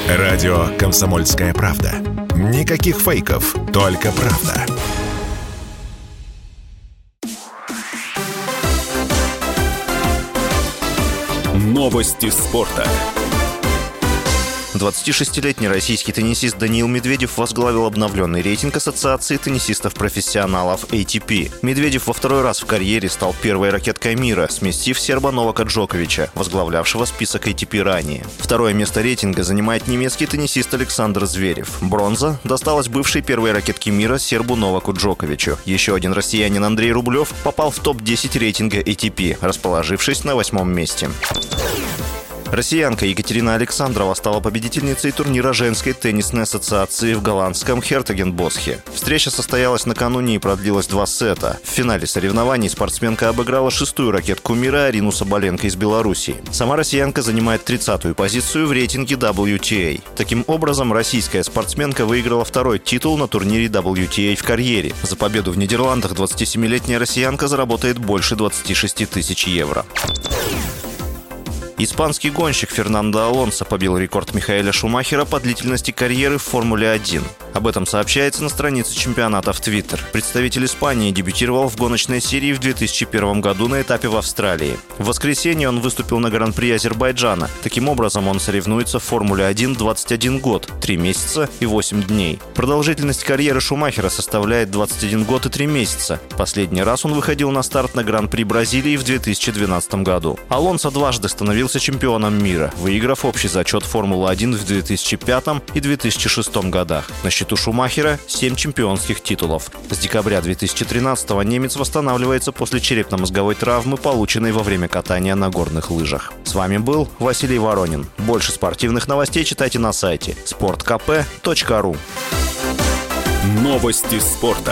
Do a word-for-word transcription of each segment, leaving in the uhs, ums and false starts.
Радио «Комсомольская правда». Никаких фейков, только правда. Новости спорта. двадцатишестилетний российский теннисист Даниил Медведев возглавил обновленный рейтинг Ассоциации теннисистов-профессионалов эй ти пи. Медведев во второй раз в карьере стал первой ракеткой мира, сместив серба Новака Джоковича, возглавлявшего список эй ти пи ранее. Второе место рейтинга занимает немецкий теннисист Александр Зверев. Бронза досталась бывшей первой ракетке мира сербу Новаку Джоковичу. Еще один россиянин Андрей Рублев попал в топ десять рейтинга эй ти пи, расположившись на восьмом месте. Россиянка Екатерина Александрова стала победительницей турнира женской теннисной ассоциации в голландском Хертогенбосхе. Встреча состоялась накануне и продлилась два сета. В финале соревнований спортсменка обыграла шестую ракетку мира Арину Соболенко из Белоруссии. Сама россиянка занимает тридцатую позицию в рейтинге дабл ю ти эй. Таким образом, российская спортсменка выиграла второй титул на турнире дабл ю ти эй в карьере. За победу в Нидерландах двадцатисемилетняя россиянка заработает больше двадцати шести тысяч евро. Испанский гонщик Фернандо Алонсо побил рекорд Михаэля Шумахера по длительности карьеры в Формуле один. Об этом сообщается на странице чемпионата в Твиттер. Представитель Испании дебютировал в гоночной серии в две тысячи первом году на этапе в Австралии. В воскресенье он выступил на Гран-при Азербайджана. Таким образом, он соревнуется в Формуле один двадцать один год, три месяца и восемь дней. Продолжительность карьеры Шумахера составляет двадцать один год и три месяца. Последний раз он выходил на старт на Гран-при Бразилии в две тысячи двенадцатом году. Алонсо дважды становился чемпионом мира, выиграв общий зачет Формулы один в две тысячи пятом и две тысячи шестом годах. На счету Шумахера семь чемпионских титулов. С декабря две тысячи тринадцатого немец восстанавливается после черепно-мозговой травмы, полученной во время катания на горных лыжах. С вами был Василий Воронин. Больше спортивных новостей читайте на сайте спорт ка пэ точка ру. Новости спорта.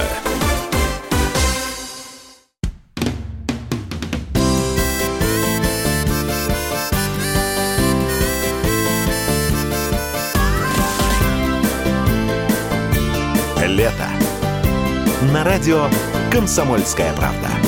Лето. На радио «Комсомольская правда».